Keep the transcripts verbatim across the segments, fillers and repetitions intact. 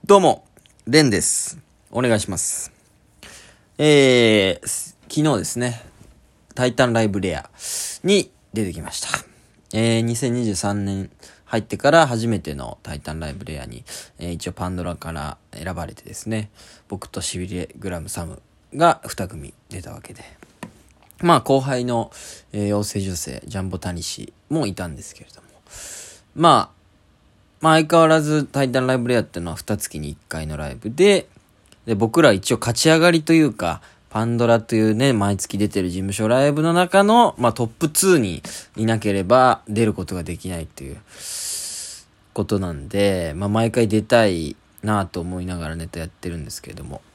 どうも、レンです。お願いします。えー、昨日ですね、タイタンライブレアに出てきました。えー、にせんにじゅうさんねん入ってから初めてのタイタンライブレアに、えー、一応パンドラから選ばれてですね、僕とシビレグラムサムがに組出たわけで。まあ後輩の、えー、養成女性、ジャンボタニシもいたんですけれども。まあ、まあ相変わらずタイタンライブレアっていうのはにがつにいっかいのライブで、で僕ら一応勝ち上がりというか、パンドラというね、毎月出てる事務所ライブの中の、まあトップににいなければ出ることができないっていうことなんで、まあ毎回出たいなと思いながらネタやってるんですけれども。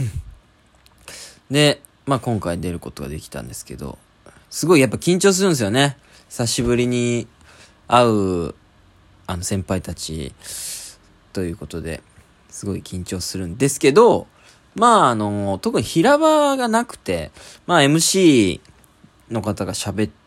で、まあ今回出ることができたんですけど、すごいやっぱ緊張するんですよね。久しぶりに会う、あの先輩たちということですごい緊張するんですけど、まああの特に平場がなくて、まあ エムシー の方が喋って、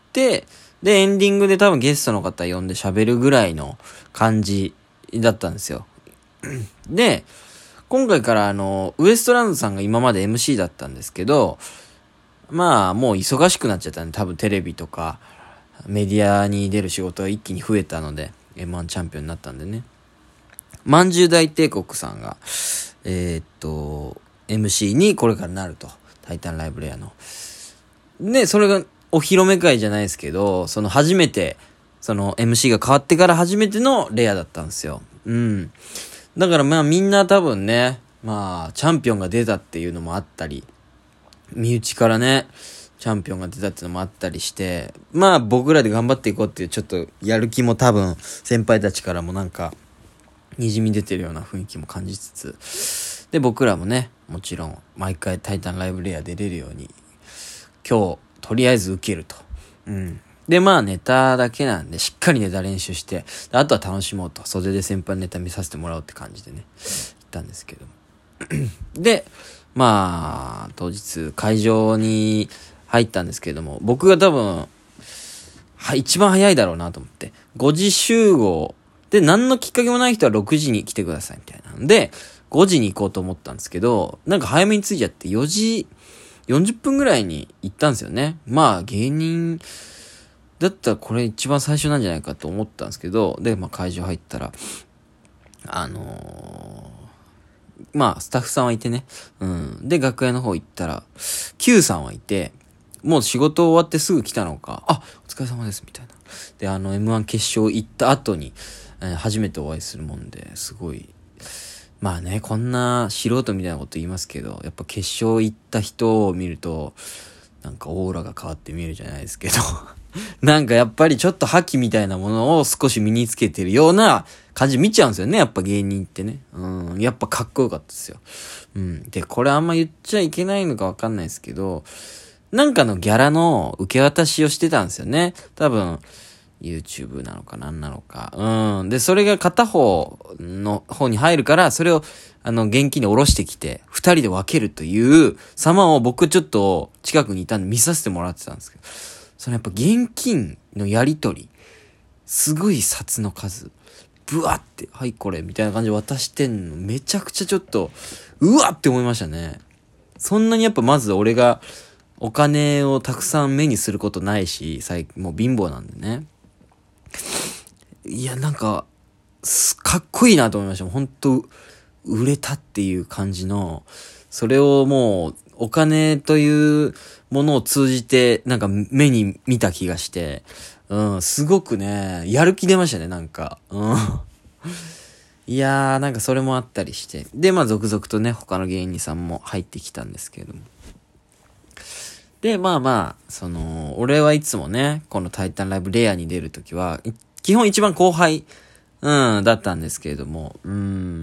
でエンディングで多分ゲストの方呼んで喋るぐらいの感じだったんですよ。で今回からあのウエストランドさんが今まで エムシー だったんですけど、まあもう忙しくなっちゃったんで、多分テレビとかメディアに出る仕事が一気に増えたので エムワン チャンピオンになったんでね、まんじゅう大帝国さんがえー、っと エムシー にこれからなると、タイタンライブレアので、それがお披露目会じゃないですけど、その初めてその エムシー が変わってから初めてのレアだったんですよ。うんだからまあみんな多分ね、まあチャンピオンが出たっていうのもあったり、身内からねチャンピオンが出たっていうのもあったりして、まあ僕らで頑張っていこうっていうちょっとやる気も多分先輩たちからもなんか滲み出てるような雰囲気も感じつつ、で僕らもねもちろん毎回タイタンライブレア出れるように今日とりあえず受けると。うんでまあネタだけなんでしっかりネタ練習して、あとは楽しもうと、袖で先輩のネタ見させてもらおうって感じでね行ったんですけどもでまあ当日会場に入ったんですけれども、僕が多分は一番早いだろうなと思って、ごじ集合で何のきっかけもない人はろくじに来てくださいみたいなんでごじに行こうと思ったんですけど、なんか早めに着いちゃってよじよんじゅっぷんぐらいに行ったんですよね。まあ芸人だったらこれ一番最初なんじゃないかと思ったんですけど、でまあ会場入ったらあのー、まあスタッフさんはいてね、うんで楽屋の方行ったら Q さんはいて、もう仕事終わってすぐ来たのか、あ、お疲れ様ですみたいな。で、あの エムワン 決勝行った後に、えー、初めてお会いするもんで、すごい、まあね、こんな素人みたいなこと言いますけど、やっぱ決勝行った人を見ると、なんかオーラが変わって見えるじゃないですけど、なんかやっぱりちょっと覇気みたいなものを少し身につけてるような感じ見ちゃうんですよね、やっぱ芸人ってね。うん、やっぱかっこよかったですよ。うん。で、これあんま言っちゃいけないのかわかんないですけど、なんかのギャラの受け渡しをしてたんですよね。多分、YouTube なのか何なのか。うん。で、それが片方の方に入るから、それを、あの、現金で下ろしてきて、二人で分けるという様を僕ちょっと近くにいたんで見させてもらってたんですけど、そのやっぱ現金のやり取り、すごい札の数、ブワって、はいこれ、みたいな感じで渡してんの、めちゃくちゃちょっと、うわって思いましたね。そんなにやっぱまず俺が、お金をたくさん目にすることないし、最近もう貧乏なんでね。いや、なんか、かっこいいなと思いました。本当売れたっていう感じの、それをもう、お金というものを通じて、なんか目に見た気がして、うん、すごくね、やる気出ましたね、なんか。うん。いやー、なんかそれもあったりして。で、まあ、続々とね、他の芸人さんも入ってきたんですけれども。で、まあまあ、その、俺はいつもね、このタイタンライブレアに出るときは、基本一番後輩、うん、だったんですけれども、うん、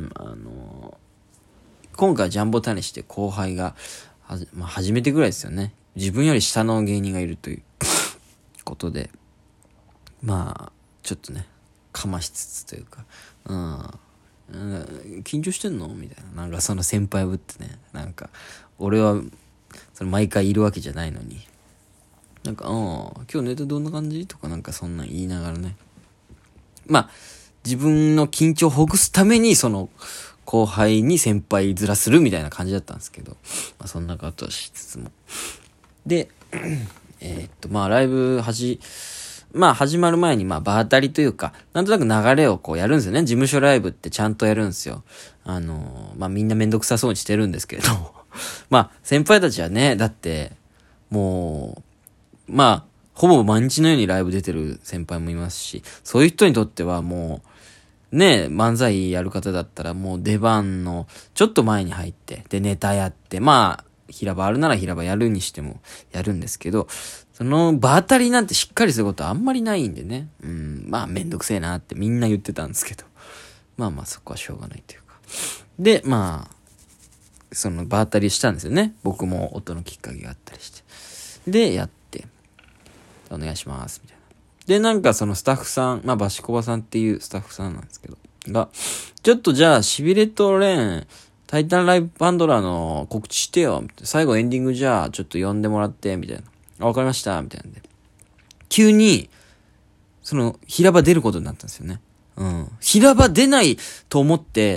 あの、今回ジャンボタニシで後輩が、はじ、まあ初めてぐらいですよね。自分より下の芸人がいるということで、まあ、ちょっとね、かましつつというか、うん、緊張してんのみたいな。なんかその先輩ぶってね、なんか、俺は、その毎回いるわけじゃないのに、なんか、ああ、今日ネタどんな感じとかなんかそんなん言いながらね。まあ、自分の緊張をほぐすために、その、 後輩に先輩面するみたいな感じだったんですけど、まあそんなことをしつつも。で、えー、っと、まあライブはじ、まあ始まる前にまあ場当たりというか、なんとなく流れをこうやるんですよね。事務所ライブってちゃんとやるんですよ。あのー、まあみんなめんどくさそうにしてるんですけれども。まあ先輩たちはね、だって、もう、まあ、ほぼ毎日のようにライブ出てる先輩もいますし、そういう人にとってはもう、ね、漫才やる方だったらもう出番のちょっと前に入って、でネタやって、まあ、平場あるなら平場やるにしてもやるんですけど、その場当たりなんてしっかりすることはあんまりないんでね。うん、まあめんどくせえなってみんな言ってたんですけど。まあまあそこはしょうがないというか。で、まあ、その場当たりしたんですよね。僕も音のきっかけがあったりして。で、やって、お願いします、みたいな。で、なんかそのスタッフさん、まあバシコバさんっていうスタッフさんなんですけど、が、ちょっとじゃあ、しびれとレーン、タイタンライブパンドラの告知してよ。最後エンディングじゃあ、ちょっと呼んでもらって、みたいな。あ、わかりました、みたいなんで。急に、その、平場出ることになったんですよね。うん。平場出ないと思って、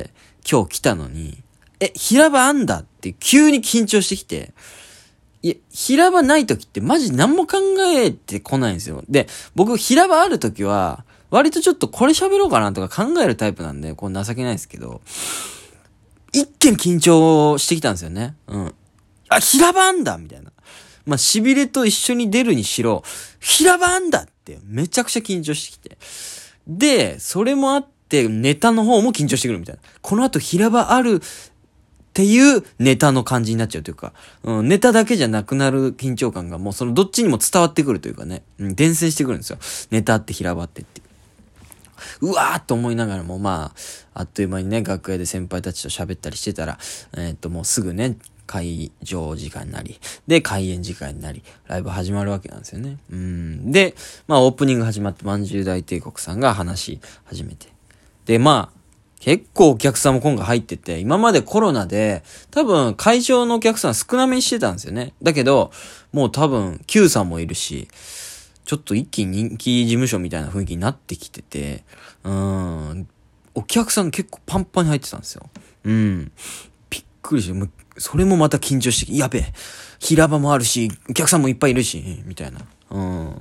今日来たのに、え、平場あんだって急に緊張してきて、いや、平場ない時ってマジ何も考えてこないんですよ。で、僕平場ある時は、割とちょっとこれ喋ろうかなとか考えるタイプなんで、こう情けないですけど、一見緊張してきたんですよね。うん。あ、平場あんだみたいな。まあ、しびれと一緒に出るにしろ、平場あんだってめちゃくちゃ緊張してきて。で、それもあって、ネタの方も緊張してくるみたいな。この後平場あるっていうネタの感じになっちゃうというか、うん、ネタだけじゃなくなる緊張感がもうそのどっちにも伝わってくるというかね、うん、伝染してくるんですよ。ネタって平場ってって。うわーっと思いながらも、まあ、あっという間にね、楽屋で先輩たちと喋ったりしてたら、えー、っと、もうすぐね、会場時間になり、で、開演時間になり、ライブ始まるわけなんですよね。うん。で、まあ、オープニング始まって、まんじゅう大帝国さんが話し始めて。で、まあ、結構お客さんも今回入ってて、今までコロナで、多分会場のお客さん少なめにしてたんですよね。だけど、もう多分 Q さんもいるし、ちょっと一気に人気事務所みたいな雰囲気になってきてて、うーん、お客さん結構パンパンに入ってたんですよ。うん。びっくりして、もうそれもまた緊張して、やべえ、平場もあるし、お客さんもいっぱいいるし、みたいな。うん。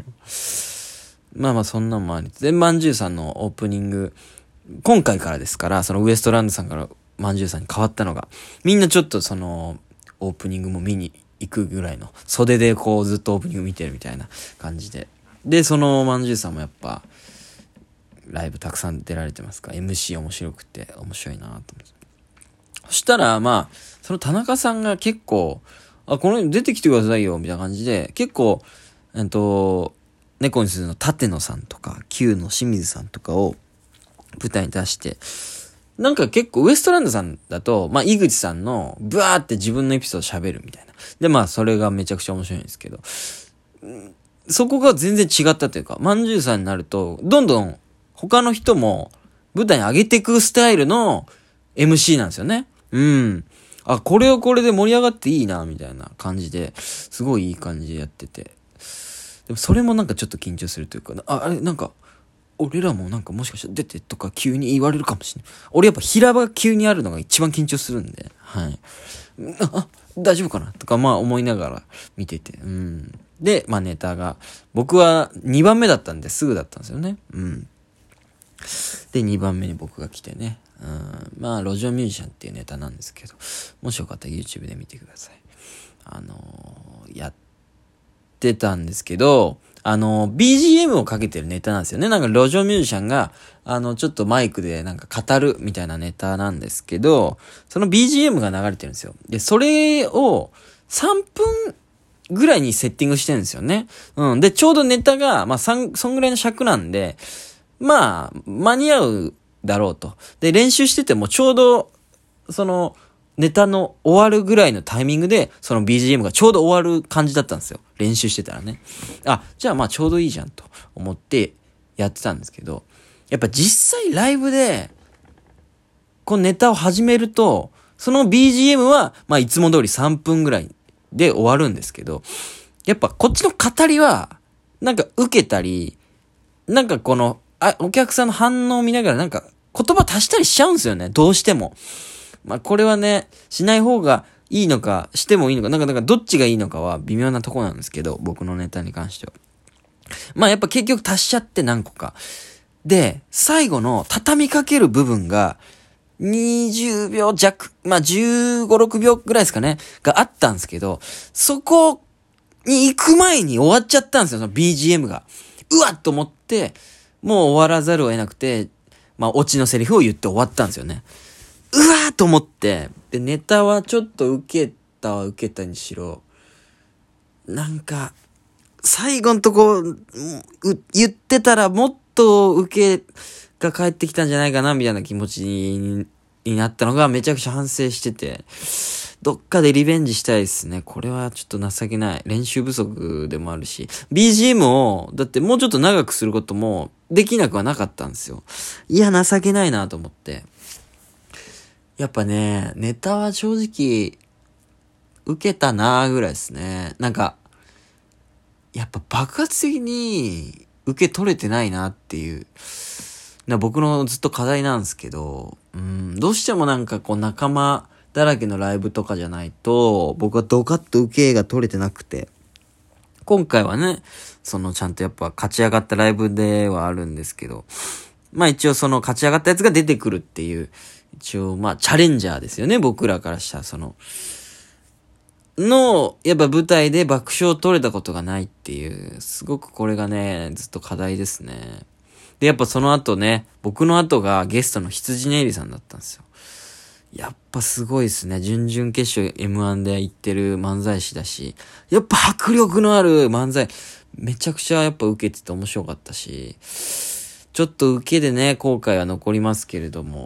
まあまあそんなんもあり。で、まんじゅうさんのオープニング、今回からですから、そのウエストランドさんからまんじゅうさんに変わったのが、みんなちょっとその、オープニングも見に行くぐらいの、袖でこうずっとオープニング見てるみたいな感じで。で、そのまんじゅうさんもやっぱ、ライブたくさん出られてますから、エムシー 面白くて面白いなと思って。そしたら、まあ、その田中さんが結構、あ、この出てきてくださいよ、みたいな感じで、結構、えっと、猫にするの立野さんとか、Q の清水さんとかを舞台に出して、なんか結構ウエストランドさんだと、まあ、井口さんのブワーって自分のエピソード喋るみたいな。で、まあ、それがめちゃくちゃ面白いんですけど、そこが全然違ったというか、まんじゅうさんになると、どんどん他の人も舞台に上げていくスタイルの エムシー なんですよね。うん。あ、これはこれで盛り上がっていいな、みたいな感じで、すごいいい感じでやってて。でもそれもなんかちょっと緊張するというか、あ、あれ、なんか、俺らもなんかもしかしたら出てとか急に言われるかもしれない。俺やっぱ平場が急にあるのが一番緊張するんで、はい。あ、あ大丈夫かなとかまあ思いながら見てて、うん。で、まあネタが、僕はにばんめだったんですぐだったんですよね。うん。で、にばんめに僕が来てね。うん、まあ、路上ミュージシャンっていうネタなんですけど、もしよかったら YouTube で見てください。あのー、やってたんですけど、あのー、ビージーエム をかけてるネタなんですよね。なんか路上ミュージシャンが、あの、ちょっとマイクでなんか語るみたいなネタなんですけど、その ビージーエム が流れてるんですよ。で、それをさんぷんぐらいにセッティングしてるんですよね。うん。で、ちょうどネタが、まあ、さん、そんぐらいの尺なんで、まあ、間に合うだろうと。で、練習しててもちょうど、その、ネタの終わるぐらいのタイミングで、その ビージーエム がちょうど終わる感じだったんですよ。練習してたらね。あ、じゃあまあちょうどいいじゃんと思ってやってたんですけど、やっぱ実際ライブで、このネタを始めると、その ビージーエム は、まあいつも通りさんぷんぐらいで終わるんですけど、やっぱこっちの語りは、なんか受けたり、なんかこの、あ、お客さんの反応を見ながらなんか言葉足したりしちゃうんですよね。どうしても。 まあこれはね、しない方がいいのか、してもいいのか、なんか、なんかどっちがいいのかは微妙なとこなんですけど、僕のネタに関しては。まあやっぱ結局足しちゃって何個か。で、最後の畳みかける部分が、にじゅうびょう弱、まあじゅうご、ろくびょうぐらいですかね、があったんですけど、そこに行く前に終わっちゃったんですよ、その ビージーエム が。うわっと思って、もう終わらざるを得なくて、まあオチのセリフを言って終わったんですよね。うわーと思って、で、ネタはちょっと受けたは受けたにしろ、なんか、最後のとこ、言ってたらもっと受けが返ってきたんじゃないかな、みたいな気持ちに、になったのがめちゃくちゃ反省してて、どっかでリベンジしたいですね。これはちょっと情けない。練習不足でもあるし、ビージーエム を、だってもうちょっと長くすることもできなくはなかったんですよ。いや、情けないなと思って。やっぱね、ネタは正直、受けたなーぐらいですね。なんか、やっぱ爆発的に受け取れてないなっていう、な僕のずっと課題なんですけど、うん、どうしてもなんかこう仲間だらけのライブとかじゃないと、僕はドカッと受けが取れてなくて、今回はね、そのちゃんとやっぱ勝ち上がったライブではあるんですけど、まあ一応その勝ち上がったやつが出てくるっていう、一応まあチャレンジャーですよね、僕らからしたらその、の、やっぱ舞台で爆笑を取れたことがないっていう、すごくこれがね、ずっと課題ですね。で、やっぱその後ね、僕の後がゲストの羊ねいりさんだったんですよ。やっぱすごいですね。準々決勝 エムワン で行ってる漫才師だし、やっぱ迫力のある漫才、めちゃくちゃやっぱ受けてて面白かったし、ちょっと受けでね、後悔は残りますけれども、